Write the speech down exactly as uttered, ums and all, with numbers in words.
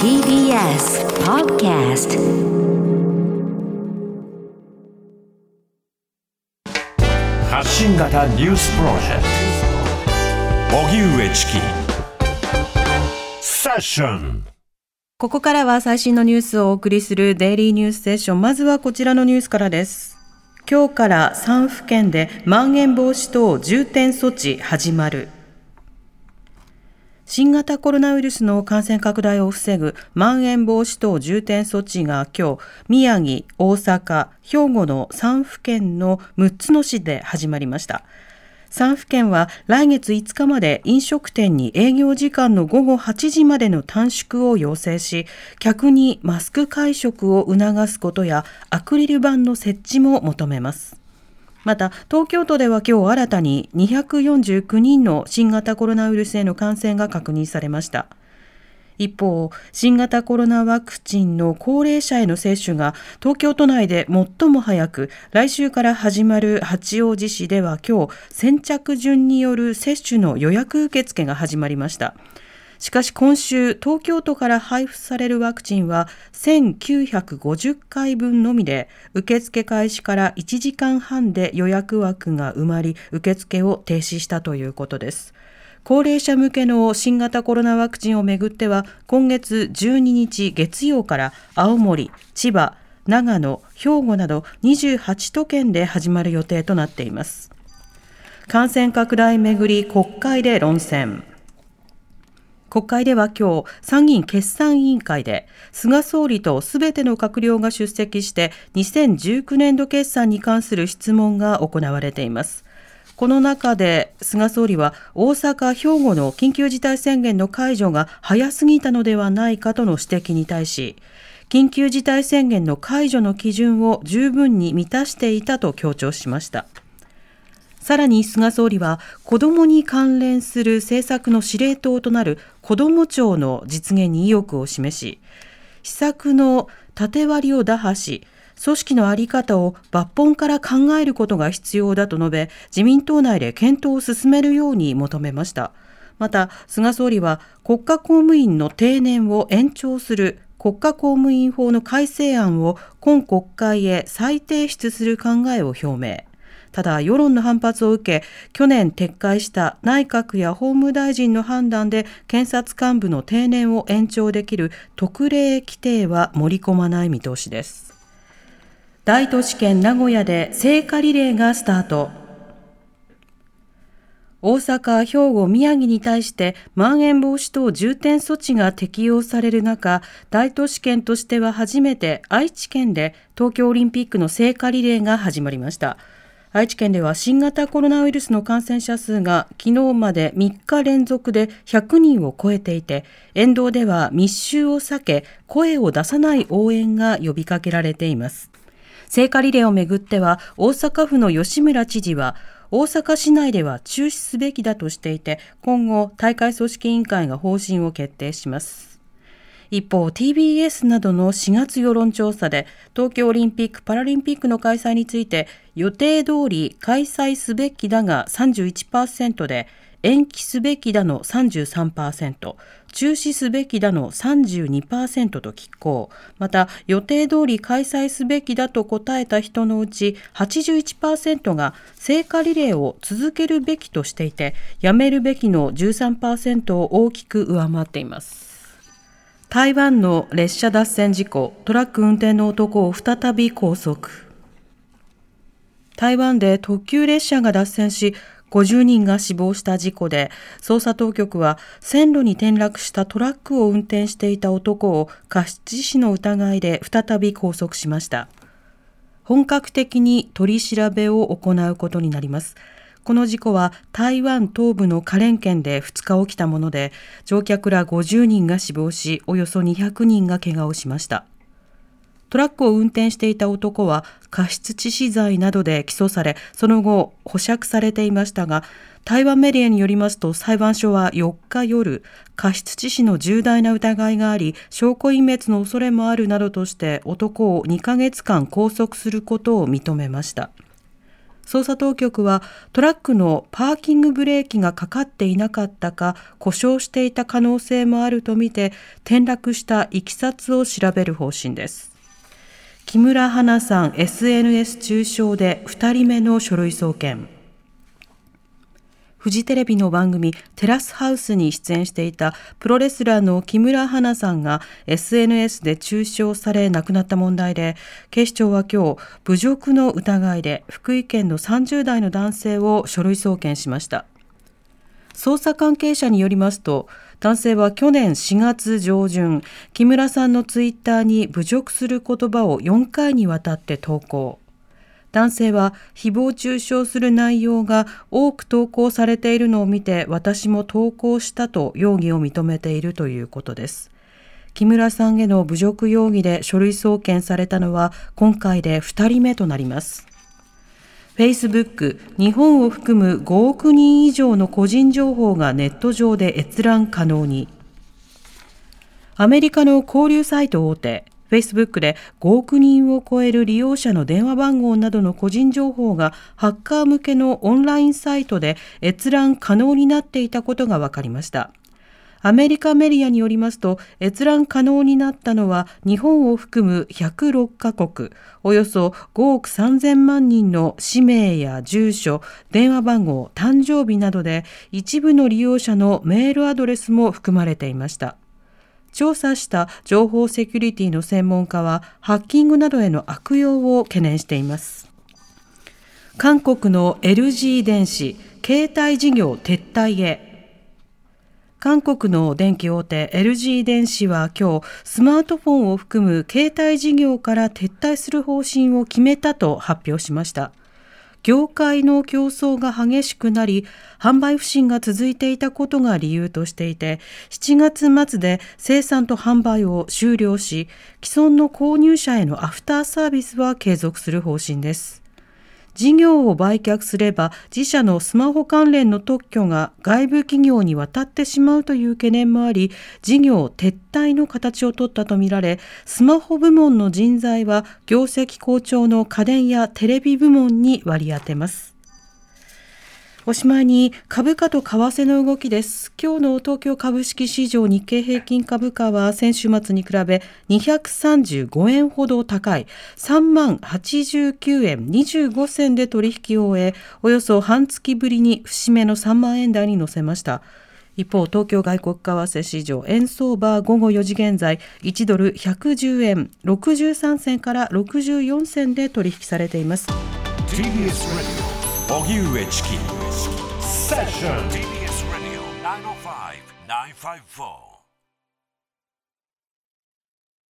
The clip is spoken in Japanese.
ティービーエス Podcast 発信型ニュースプロジェクト荻上チキセッション。 ここからは最新のニュースをお送りするデイリーニュースセッション。まずはこちらのニュースからです。今日からさん府県でまん延防止等重点措置始まる。新型コロナウイルスの感染拡大を防ぐまん延防止等重点措置が今日、宮城、大阪、兵庫のさん府県のむっつの市で始まりました。さん府県は来月いつかまで飲食店に営業時間のごごはちじまでの短縮を要請し、客にマスク会食を促すことやアクリル板の設置も求めます。また、東京都では今日新たににひゃくよんじゅうきゅうにんの新型コロナウイルスへの感染が確認されました。一方、新型コロナワクチンの高齢者への接種が東京都内で最も早く来週から始まる八王子市では今日、先着順による接種の予約受付が始まりました。しかし今週、東京都から配布されるワクチンはせんきゅうひゃくごじゅっかいぶんのみで、受付開始からいちじかんはんで予約枠が埋まり、受付を停止したということです。高齢者向けの新型コロナワクチンをめぐっては、今月じゅうににち月曜から青森、千葉、長野、兵庫などにじゅうはちとけんで始まる予定となっています。感染拡大めぐり国会で論戦。国会では今日、参議院決算委員会で菅総理とすべての閣僚が出席してにせんじゅうきゅうねんど決算に関する質問が行われています。この中で菅総理は大阪、兵庫の緊急事態宣言の解除が早すぎたのではないかとの指摘に対し、緊急事態宣言の解除の基準を十分に満たしていたと強調しました。さらに菅総理は子どもに関連する政策の司令塔となる子ども庁の実現に意欲を示し、施策の縦割りを打破し、組織の在り方を抜本から考えることが必要だと述べ、自民党内で検討を進めるように求めました。また、菅総理は国家公務員の定年を延長する国家公務員法の改正案を今国会へ再提出する考えを表明。ただ、世論の反発を受け、去年撤回した内閣や法務大臣の判断で検察幹部の定年を延長できる特例規定は盛り込まない見通しです。大都市圏名古屋で聖火リレーがスタート。大阪、兵庫、宮城に対してまん延防止等重点措置が適用される中、大都市圏としては初めて愛知県で東京オリンピックの聖火リレーが始まりました。愛知県では新型コロナウイルスの感染者数が昨日までみっかれんぞくでひゃくにんを超えていて、沿道では密集を避け、声を出さない応援が呼びかけられています。聖火リレーをめぐっては、大阪府の吉村知事は、大阪市内では中止すべきだとしていて、今後、大会組織委員会が方針を決定します。一方、ティービーエス などのしがつ世論調査で、東京オリンピック・パラリンピックの開催について、予定通り開催すべきだが さんじゅういちパーセント で、延期すべきだの さんじゅうさんパーセント、中止すべきだの さんじゅうにパーセント と拮抗。また、予定通り開催すべきだと答えた人のうち はちじゅういちパーセント が聖火リレーを続けるべきとしていて、やめるべきの じゅうさんパーセント を大きく上回っています。台湾の列車脱線事故、トラック運転の男を再び拘束。台湾で特急列車が脱線し、ごじゅうにんが死亡した事故で、捜査当局は線路に転落したトラックを運転していた男を過失致死の疑いで再び拘束しました。本格的に取り調べを行うことになります。この事故は台湾東部の花蓮県でふつか起きたもので、乗客らごじゅうにんが死亡し、およそにひゃくにんが怪我をしました。トラックを運転していた男は過失致死罪などで起訴され、その後保釈されていましたが、台湾メディアによりますと、裁判所はよっか夜、過失致死の重大な疑いがあり、証拠隠滅の恐れもあるなどとして男をにかげつかん拘束することを認めました。 捜査当局はトラックのパーキングブレーキがかかっていなかったか故障していた可能性もあるとみて転落したいきさつを調べる方針です。木村花さん エスエヌエス 中傷でふたりめの書類送検。フジテレビの番組テラスハウスに出演していたプロレスラーの木村花さんが エスエヌエス で中傷され亡くなった問題で、警視庁は今日侮辱の疑いで福井県のさんじゅう代の男性を書類送検しました。捜査関係者によりますと、男性は去年しがつ上旬、木村さんのツイッターに侮辱する言葉をよんかいにわたって投稿。男性は誹謗中傷する内容が多く投稿されているのを見て私も投稿したと容疑を認めているということです。木村さんへの侮辱容疑で書類送検されたのは今回でふたりめとなります。Facebook、日本を含むごおくにん以上の個人情報がネット上で閲覧可能に。アメリカの交流サイト大手Facebook でごおくにんを超える利用者の電話番号などの個人情報がハッカー向けのオンラインサイトで閲覧可能になっていたことが分かりました。アメリカメディアによりますと、閲覧可能になったのは日本を含むひゃくろっかこく、およそごおくさんぜんまんにんの氏名や住所、電話番号、誕生日などで一部の利用者のメールアドレスも含まれていました。調査した情報セキュリティの専門家はハッキングなどへの悪用を懸念しています。韓国の エルジー 電子、携帯事業撤退へ。韓国の電気大手 エルジー 電子は今日、スマートフォンを含む携帯事業から撤退する方針を決めたと発表しました。業界の競争が激しくなり、販売不振が続いていたことが理由としていて、しちがつ末で生産と販売を終了し、既存の購入者へのアフターサービスは継続する方針です。事業を売却すれば、自社のスマホ関連の特許が外部企業に渡ってしまうという懸念もあり、事業撤退の形を取ったとみられ、スマホ部門の人材は業績好調の家電やテレビ部門に割り当てます。おしまいに株価と為替の動きです。今日の東京株式市場日経平均株価は先週末に比べにひゃくさんじゅうごえんほど高いさんまんはちじゅうきゅうえんにじゅうごせんで取引を終え、およそ半月ぶりに節目のさんまんえん台に乗せました。一方、東京外国為替市場円相場午後よじ現在いちドルひゃくじゅうえんろくじゅうさんせんからろくじゅうよんせんで取引されています。 ティービーエス ラジオ荻上チキセッション ティービーエス ラジオきゅうまるご きゅうごよん。